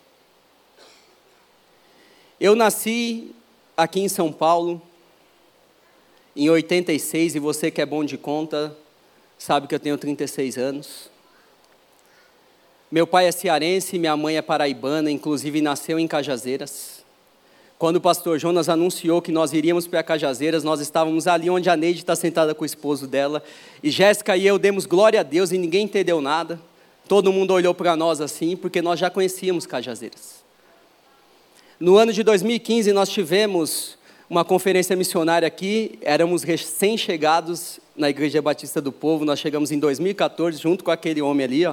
S1: Eu nasci aqui em São Paulo, em 86, e você que é bom de conta, sabe que eu tenho 36 anos. Meu pai é cearense, minha mãe é paraibana, inclusive nasceu em Cajazeiras. Quando o pastor Jonas anunciou que nós iríamos para Cajazeiras, nós estávamos ali onde a Neide está sentada com o esposo dela, e Jéssica e eu demos glória a Deus e ninguém entendeu nada. Todo mundo olhou para nós assim, porque nós já conhecíamos Cajazeiras. No ano de 2015, nós tivemos uma conferência missionária aqui, éramos recém-chegados na Igreja Batista do Povo, nós chegamos em 2014, junto com aquele homem ali, ó.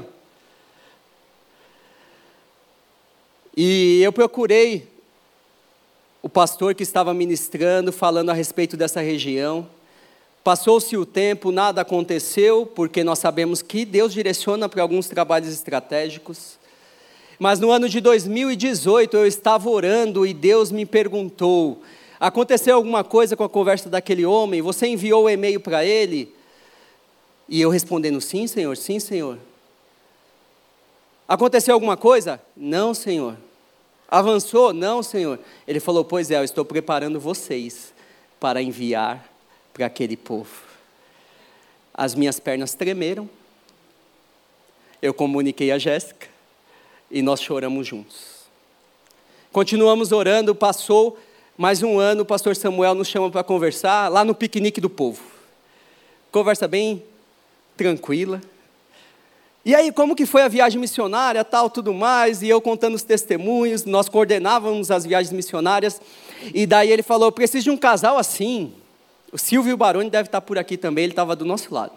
S1: E eu procurei o pastor que estava ministrando, falando a respeito dessa região. Passou-se o tempo, nada aconteceu, porque nós sabemos que Deus direciona para alguns trabalhos estratégicos. Mas no ano de 2018, eu estava orando e Deus me perguntou: aconteceu alguma coisa com a conversa daquele homem? Você enviou o e-mail para ele? E eu respondendo: sim, Senhor, sim, Senhor. Aconteceu alguma coisa? Não, Senhor. Avançou? Não, Senhor. Ele falou: pois é, eu estou preparando vocês para enviar para aquele povo. As minhas pernas tremeram. Eu comuniquei a Jéssica e nós choramos juntos. Continuamos orando, passou mais um ano, o pastor Samuel nos chama para conversar lá no piquenique do povo. Conversa bem tranquila. E aí, como que foi a viagem missionária, tal, tudo mais, e eu contando os testemunhos, nós coordenávamos as viagens missionárias, e daí ele falou: preciso de um casal assim. O Silvio Baroni deve estar por aqui também, ele estava do nosso lado.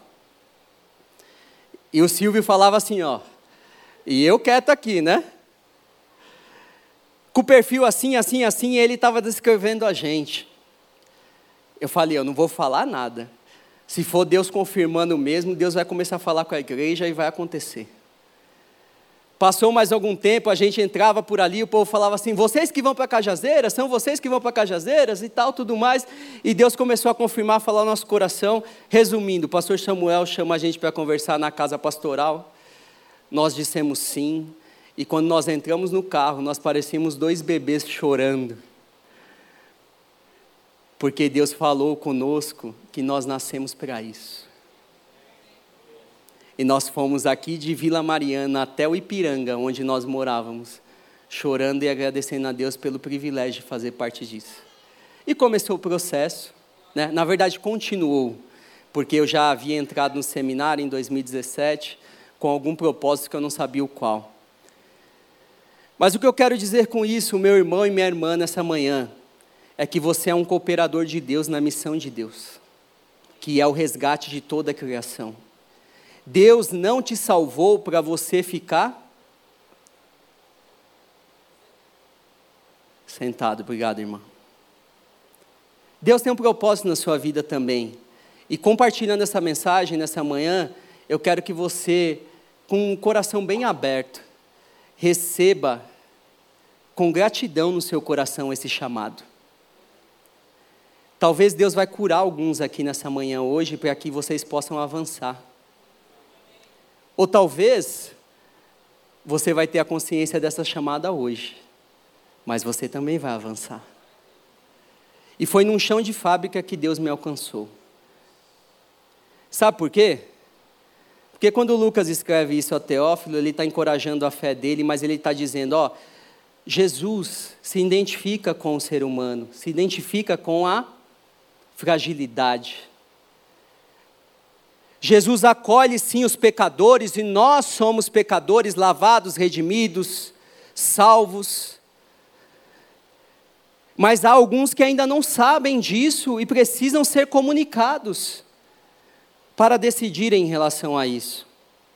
S1: E o Silvio falava assim, ó, e eu quieto aqui, né? Com o perfil assim, assim, assim, e ele estava descrevendo a gente. Eu falei: eu não vou falar nada. Se for Deus confirmando mesmo, Deus vai começar a falar com a igreja e vai acontecer. Passou mais algum tempo, a gente entrava por ali, o povo falava assim: vocês que vão para Cajazeiras, são vocês que vão para Cajazeiras e tal, tudo mais. E Deus começou a confirmar, a falar no nosso coração. Resumindo, o pastor Samuel chama a gente para conversar na casa pastoral. Nós dissemos sim. E quando nós entramos no carro, nós parecíamos 2 bebês chorando. Porque Deus falou conosco que nós nascemos para isso. E nós fomos aqui de Vila Mariana até o Ipiranga, onde nós morávamos, chorando e agradecendo a Deus pelo privilégio de fazer parte disso. E começou o processo, né? Na verdade continuou, porque eu já havia entrado no seminário em 2017, com algum propósito que eu não sabia o qual. Mas o que eu quero dizer com isso, meu irmão e minha irmã, nessa manhã, é que você é um cooperador de Deus na missão de Deus, que é o resgate de toda a criação. Deus não te salvou para você ficar sentado. Obrigado, irmã. Deus tem um propósito na sua vida também. E compartilhando essa mensagem nessa manhã, eu quero que você, com um coração bem aberto, receba com gratidão no seu coração esse chamado. Talvez Deus vai curar alguns aqui nessa manhã hoje, para que vocês possam avançar. Ou talvez, você vai ter a consciência dessa chamada hoje, mas você também vai avançar. E foi num chão de fábrica que Deus me alcançou. Sabe por quê? Porque quando o Lucas escreve isso a Teófilo, ele está encorajando a fé dele, mas ele está dizendo, Jesus se identifica com o ser humano, se identifica com a fragilidade. Jesus acolhe sim os pecadores, e nós somos pecadores lavados, redimidos, salvos. Mas há alguns que ainda não sabem disso e precisam ser comunicados para decidirem em relação a isso.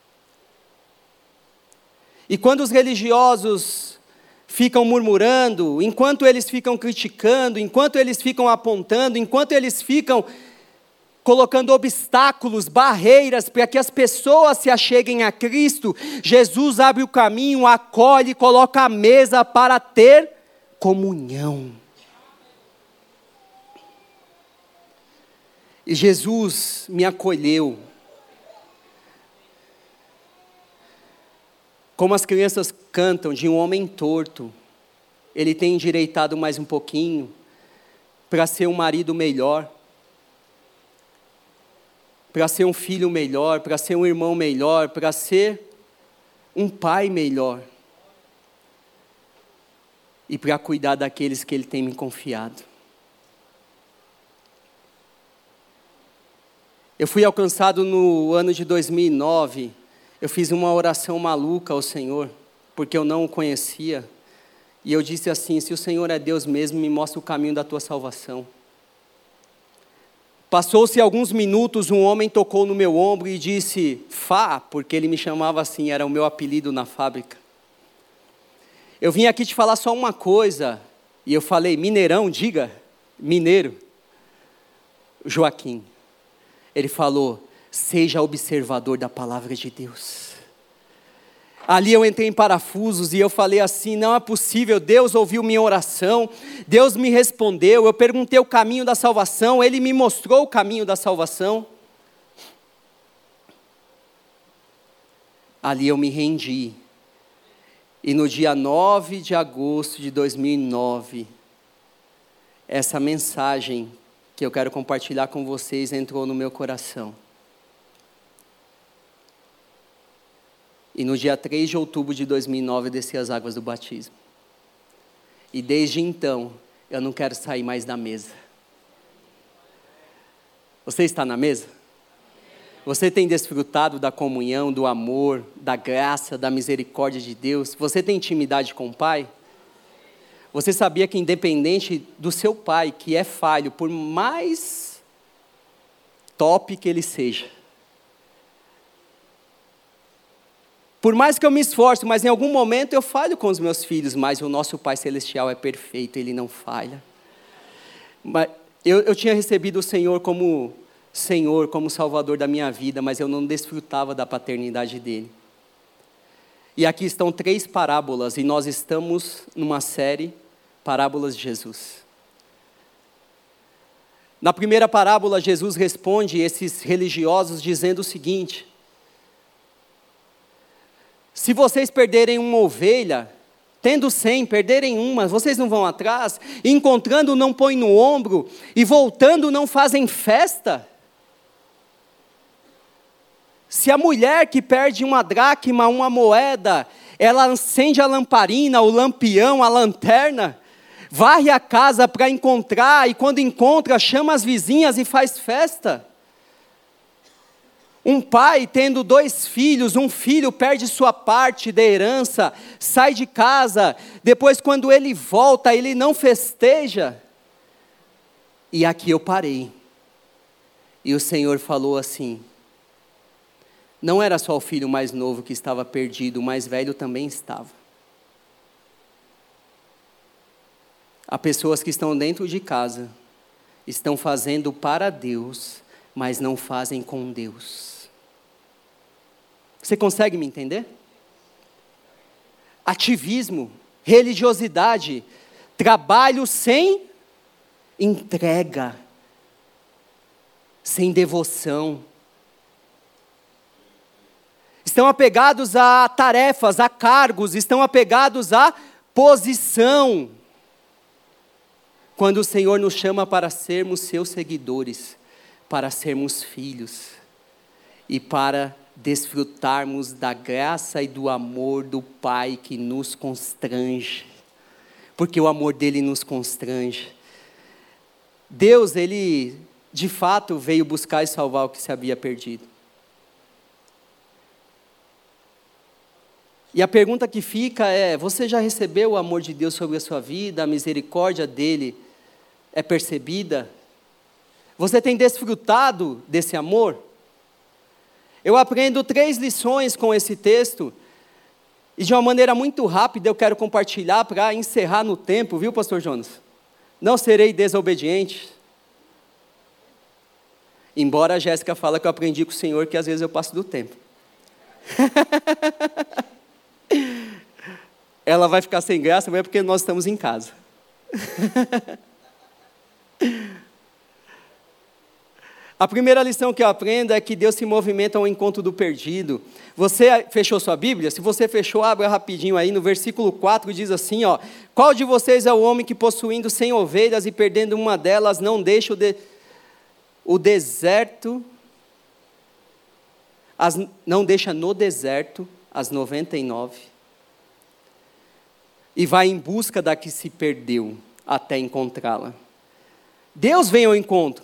S1: E quando os religiosos ficam murmurando, enquanto eles ficam criticando, enquanto eles ficam apontando, enquanto eles ficam colocando obstáculos, barreiras para que as pessoas se acheguem a Cristo, Jesus abre o caminho, acolhe, coloca a mesa para ter comunhão. E Jesus me acolheu. Como as crianças cantam de um homem torto, ele tem endireitado mais um pouquinho para ser um marido melhor, para ser um filho melhor, para ser um irmão melhor, para ser um pai melhor. E para cuidar daqueles que Ele tem me confiado. Eu fui alcançado no ano de 2009, eu fiz uma oração maluca ao Senhor, porque eu não o conhecia. E eu disse assim, se o Senhor é Deus mesmo, me mostra o caminho da tua salvação. Passou-se alguns minutos, um homem tocou no meu ombro e disse, Fá, porque ele me chamava assim, era o meu apelido na fábrica. Eu vim aqui te falar só uma coisa, e eu falei, mineirão, diga, mineiro, Joaquim. Ele falou, seja observador da palavra de Deus. Ali eu entrei em parafusos e eu falei assim, não é possível, Deus ouviu minha oração, Deus me respondeu, eu perguntei o caminho da salvação, Ele me mostrou o caminho da salvação. Ali eu me rendi. E no dia 9 de agosto de 2009, essa mensagem que eu quero compartilhar com vocês entrou no meu coração. E no dia 3 de outubro de 2009 eu desci as águas do batismo. E desde então, eu não quero sair mais da mesa. Você está na mesa? Você tem desfrutado da comunhão, do amor, da graça, da misericórdia de Deus? Você tem intimidade com o Pai? Você sabia que independente do seu pai, que é falho, por mais top que ele seja, por mais que eu me esforce, mas em algum momento eu falho com os meus filhos, mas o nosso Pai Celestial é perfeito, Ele não falha. Mas eu tinha recebido o Senhor, como Salvador da minha vida, mas eu não desfrutava da paternidade dEle. E aqui estão 3 parábolas, e nós estamos numa série, Parábolas de Jesus. Na primeira parábola, Jesus responde esses religiosos dizendo o seguinte, se vocês perderem uma ovelha, tendo 100, perderem uma, vocês não vão atrás, encontrando não põem no ombro, e voltando não fazem festa? Se a mulher que perde uma dracma, uma moeda, ela acende a lamparina, o lampião, a lanterna, varre a casa para encontrar, e quando encontra, chama as vizinhas e faz festa. Um pai tendo 2 filhos, um filho perde sua parte da herança, sai de casa, depois quando ele volta, ele não festeja. E aqui eu parei. E o Senhor falou assim, não era só o filho mais novo que estava perdido, o mais velho também estava. Há pessoas que estão dentro de casa, estão fazendo para Deus, mas não fazem com Deus. Você consegue me entender? Ativismo, religiosidade, trabalho sem entrega, sem devoção. Estão apegados a tarefas, a cargos, estão apegados a posição. Quando o Senhor nos chama para sermos seus seguidores, para sermos filhos e para desfrutarmos da graça e do amor do Pai que nos constrange, porque o amor dele nos constrange. Deus, ele de fato veio buscar e salvar o que se havia perdido. E a pergunta que fica é: você já recebeu o amor de Deus sobre a sua vida? A misericórdia dele é percebida? Você tem desfrutado desse amor? Eu aprendo 3 lições com esse texto, e de uma maneira muito rápida eu quero compartilhar para encerrar no tempo, viu, pastor Jonas? Não serei desobediente. Embora a Jéssica fala que eu aprendi com o Senhor que às vezes eu passo do tempo. Ela vai ficar sem graça, mas é porque nós estamos em casa. A primeira lição que eu aprendo é que Deus se movimenta ao encontro do perdido. Você fechou sua Bíblia? Se você fechou, abra rapidinho aí, no versículo 4 diz assim, ó: qual de vocês é o homem que, possuindo 100 ovelhas e perdendo uma delas, não deixa não deixa no deserto as 99 e vai em busca da que se perdeu até encontrá-la? Deus vem ao encontro.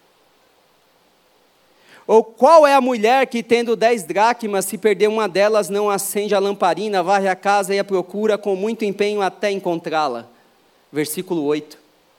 S1: Ou qual é a mulher que, tendo 10 dracmas, se perder uma delas, não acende a lamparina, varre a casa e a procura com muito empenho até encontrá-la? Versículo 8.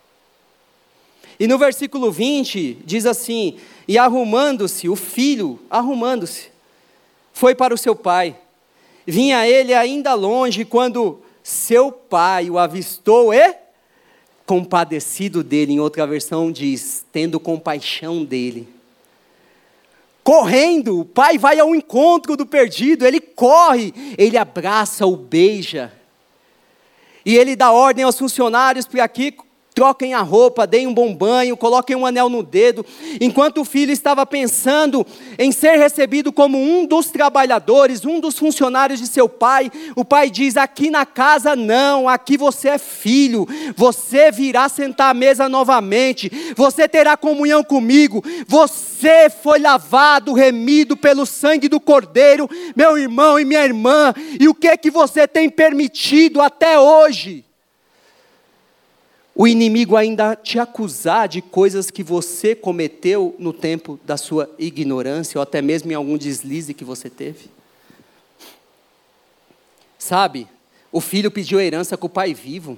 S1: E no versículo 20, diz assim: e arrumando-se, o filho, foi para o seu pai. Vinha ele ainda longe, quando seu pai o avistou e, compadecido dele, em outra versão diz, tendo compaixão dele. Correndo, o pai vai ao encontro do perdido, ele corre, ele abraça, o beija. E ele dá ordem aos funcionários para que troquem a roupa, deem um bom banho, coloquem um anel no dedo. Enquanto o filho estava pensando em ser recebido como um dos trabalhadores, um dos funcionários de seu pai, o pai diz: aqui na casa não, aqui você é filho, você virá sentar à mesa novamente, você terá comunhão comigo, você foi lavado, remido pelo sangue do Cordeiro, meu irmão e minha irmã, e o que é que você tem permitido até hoje? O inimigo ainda te acusar de coisas que você cometeu no tempo da sua ignorância, ou até mesmo em algum deslize que você teve. Sabe, o filho pediu a herança com o pai vivo.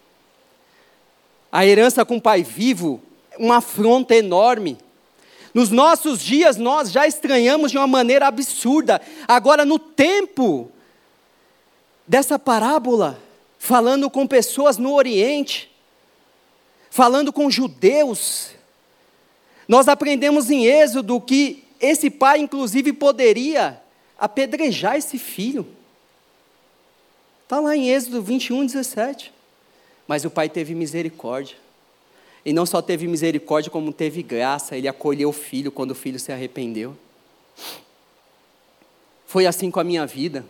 S1: A herança com o pai vivo, uma afronta enorme. Nos nossos dias nós já estranhamos de uma maneira absurda. Agora, no tempo dessa parábola, falando com pessoas no Oriente, falando com judeus, nós aprendemos em Êxodo que esse pai, inclusive, poderia apedrejar esse filho. Está lá em Êxodo 21, 17. Mas o pai teve misericórdia. E não só teve misericórdia, como teve graça. Ele acolheu o filho quando o filho se arrependeu. Foi assim com a minha vida.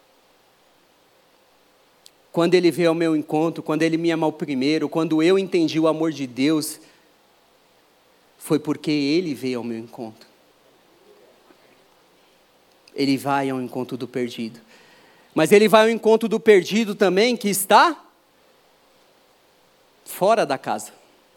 S1: Quando ele veio ao meu encontro, quando ele me amou primeiro, quando eu entendi o amor de Deus, foi porque ele veio ao meu encontro. Ele vai ao encontro do perdido. Mas ele vai ao encontro do perdido também, que está fora da casa.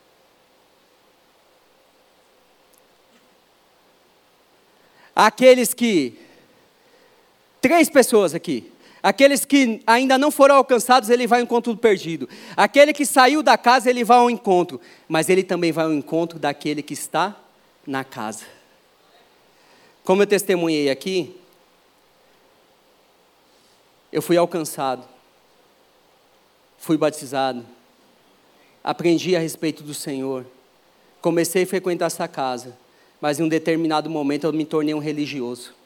S1: Aqueles que, 3 pessoas aqui, aqueles que ainda não foram alcançados, ele vai ao encontro do perdido. Aquele que saiu da casa, ele vai ao encontro. Mas ele também vai ao encontro daquele que está na casa. Como eu testemunhei aqui, eu fui alcançado. Fui batizado. Aprendi a respeito do Senhor. Comecei a frequentar essa casa. Mas em um determinado momento eu me tornei um religioso.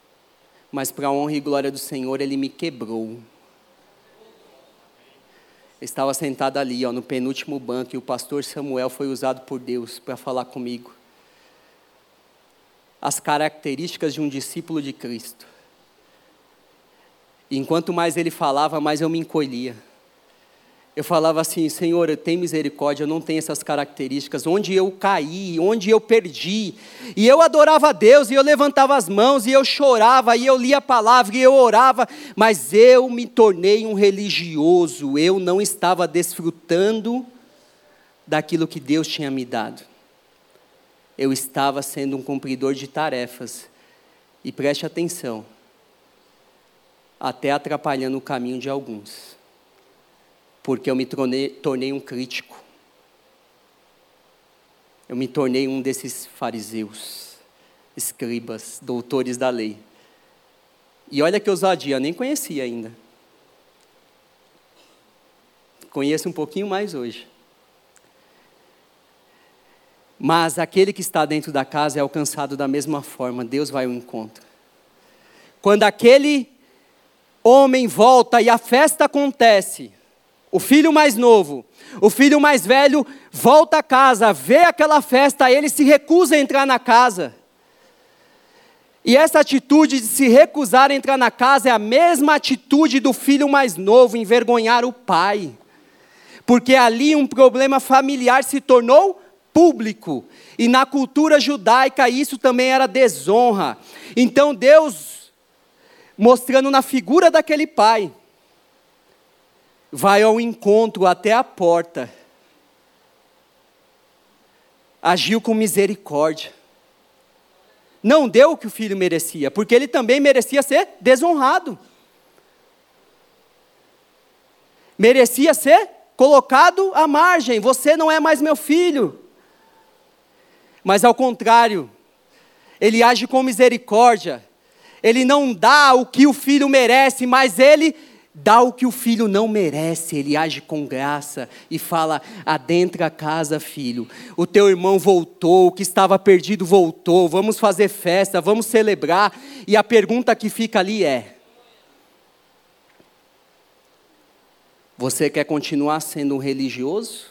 S1: Mas para a honra e glória do Senhor, Ele me quebrou. estava sentado ali, no penúltimo banco, e o pastor Samuel foi usado por Deus para falar comigo. As características de um discípulo de Cristo. E enquanto mais ele falava, mais eu me encolhia. Eu falava assim: Senhor, eu tenho misericórdia, eu não tenho essas características. Onde eu caí, onde eu perdi. E eu adorava a Deus, e eu levantava as mãos, e eu chorava, e eu lia a palavra, e eu orava. Mas eu me tornei um religioso. Eu não estava desfrutando daquilo que Deus tinha me dado. Eu estava sendo um cumpridor de tarefas. E preste atenção, até atrapalhando o caminho de alguns. Porque eu me tornei um crítico. Eu me tornei um desses fariseus, escribas, doutores da lei. E olha que ousadia, eu nem conhecia ainda. Conheço um pouquinho mais hoje. Mas aquele que está dentro da casa é alcançado da mesma forma, Deus vai ao encontro. Quando aquele homem volta e a festa acontece, o filho mais novo, o filho mais velho volta a casa, vê aquela festa, ele se recusa a entrar na casa. E essa atitude de se recusar a entrar na casa é a mesma atitude do filho mais novo, envergonhar o pai. Porque ali um problema familiar se tornou público. E na cultura judaica isso também era desonra. Então Deus, mostrando na figura daquele pai, vai ao encontro até a porta, agiu com misericórdia, não deu o que o filho merecia, porque ele também merecia ser desonrado, merecia ser colocado à margem, você não é mais meu filho, mas ao contrário, ele age com misericórdia, ele não dá o que o filho merece, mas ele dá o que o filho não merece, ele age com graça e fala: adentra a casa, filho, o teu irmão voltou, o que estava perdido voltou, vamos fazer festa, vamos celebrar. E a pergunta que fica ali é: você quer continuar sendo um religioso?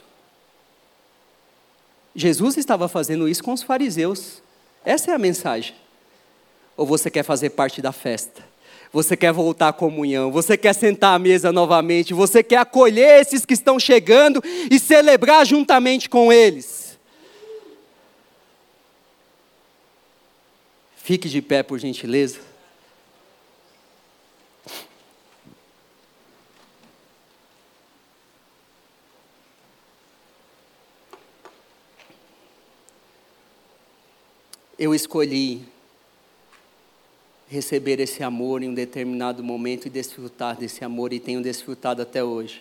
S1: Jesus estava fazendo isso com os fariseus, essa é a mensagem. Ou você quer fazer parte da festa? Você quer voltar à comunhão, você quer sentar à mesa novamente, você quer acolher esses que estão chegando e celebrar juntamente com eles. Fique de pé, por gentileza. Eu escolhi receber esse amor em um determinado momento e desfrutar desse amor, e tenho desfrutado até hoje.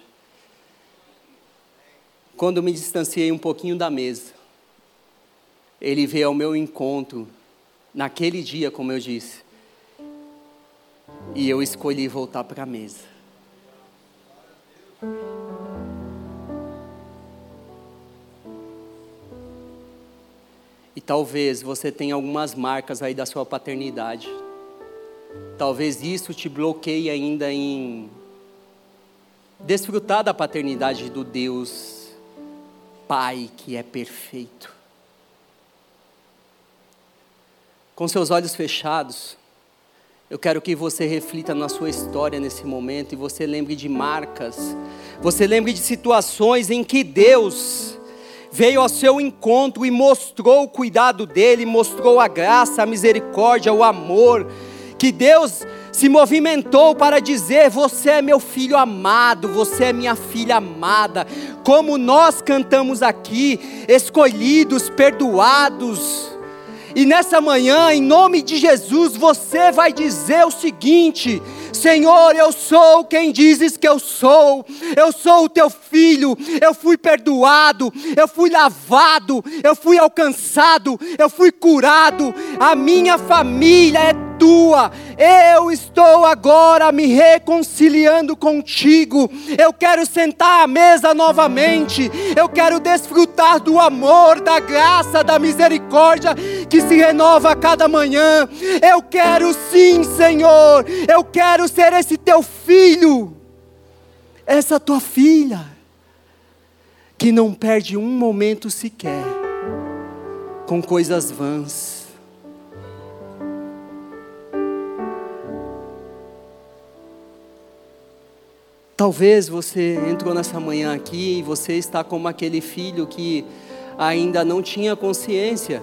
S1: Quando me distanciei um pouquinho da mesa, ele veio ao meu encontro, naquele dia, como eu disse, e eu escolhi voltar para a mesa. E talvez você tenha algumas marcas aí da sua paternidade. Talvez isso te bloqueie ainda em desfrutar da paternidade do Deus Pai que é perfeito. Com seus olhos fechados, eu quero que você reflita na sua história nesse momento e você lembre de marcas, você lembre de situações em que Deus veio ao seu encontro e mostrou o cuidado dele, mostrou a graça, a misericórdia, o amor, que Deus se movimentou para dizer: você é meu filho amado, você é minha filha amada, como nós cantamos aqui, escolhidos, perdoados. E nessa manhã, em nome de Jesus, você vai dizer o seguinte: Senhor, eu sou quem dizes que eu sou o teu filho, eu fui perdoado, eu fui lavado, eu fui alcançado, eu fui curado, a minha família é tua, eu estou agora me reconciliando contigo, eu quero sentar à mesa novamente, eu quero desfrutar do amor, da graça, da misericórdia que se renova a cada manhã. Eu quero sim, Senhor, eu quero ser esse teu filho, essa tua filha. que não perde um momento sequer com coisas vãs. Talvez você entrou nessa manhã aqui e você está como aquele filho que ainda não tinha consciência.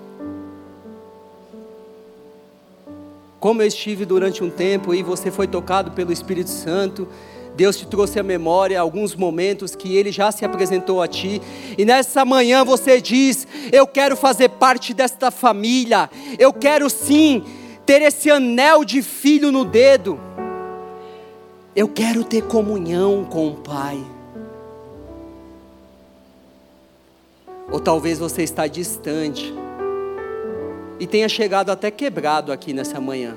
S1: Como eu estive durante um tempo e você foi tocado pelo Espírito Santo, Deus te trouxe à memória alguns momentos que Ele já se apresentou a ti, e nessa manhã você diz: eu quero fazer parte desta família, eu quero sim ter esse anel de filho no dedo, eu quero ter comunhão com o Pai. Ou talvez você está distante e tenha chegado até quebrado aqui nessa manhã.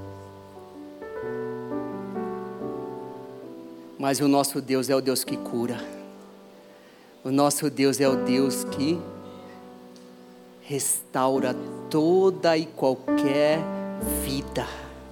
S1: Mas o nosso Deus é o Deus que cura. O nosso Deus é o Deus que restaura toda e qualquer vida.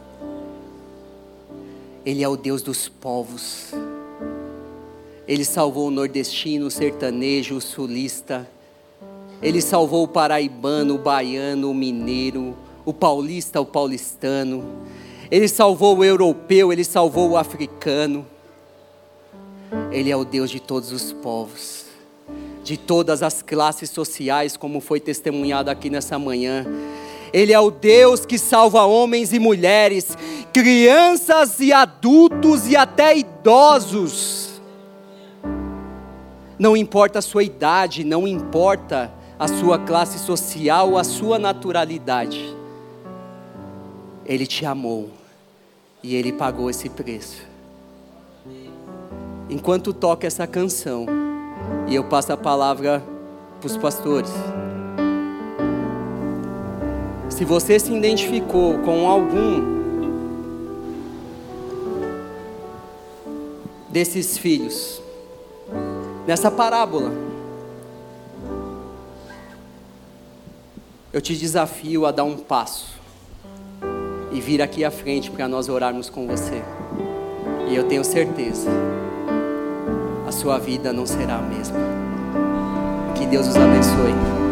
S1: Ele é o Deus dos povos. Ele salvou o nordestino, o sertanejo, o sulista. Ele salvou o paraibano, o baiano, o mineiro, o paulista, o paulistano. Ele salvou o europeu, Ele salvou o africano. Ele é o Deus de todos os povos, de todas as classes sociais, como foi testemunhado aqui nessa manhã. Ele é o Deus que salva homens e mulheres, crianças e adultos e até idosos. Não importa a sua idade, não importa a sua classe social, a sua naturalidade. Ele te amou e Ele pagou esse preço. Enquanto toca essa canção, e eu passo a palavra para os pastores, se você se identificou com algum desses filhos, nessa parábola, eu te desafio a dar um passo e vir aqui à frente para nós orarmos com você. E eu tenho certeza, a sua vida não será a mesma. Que Deus os abençoe.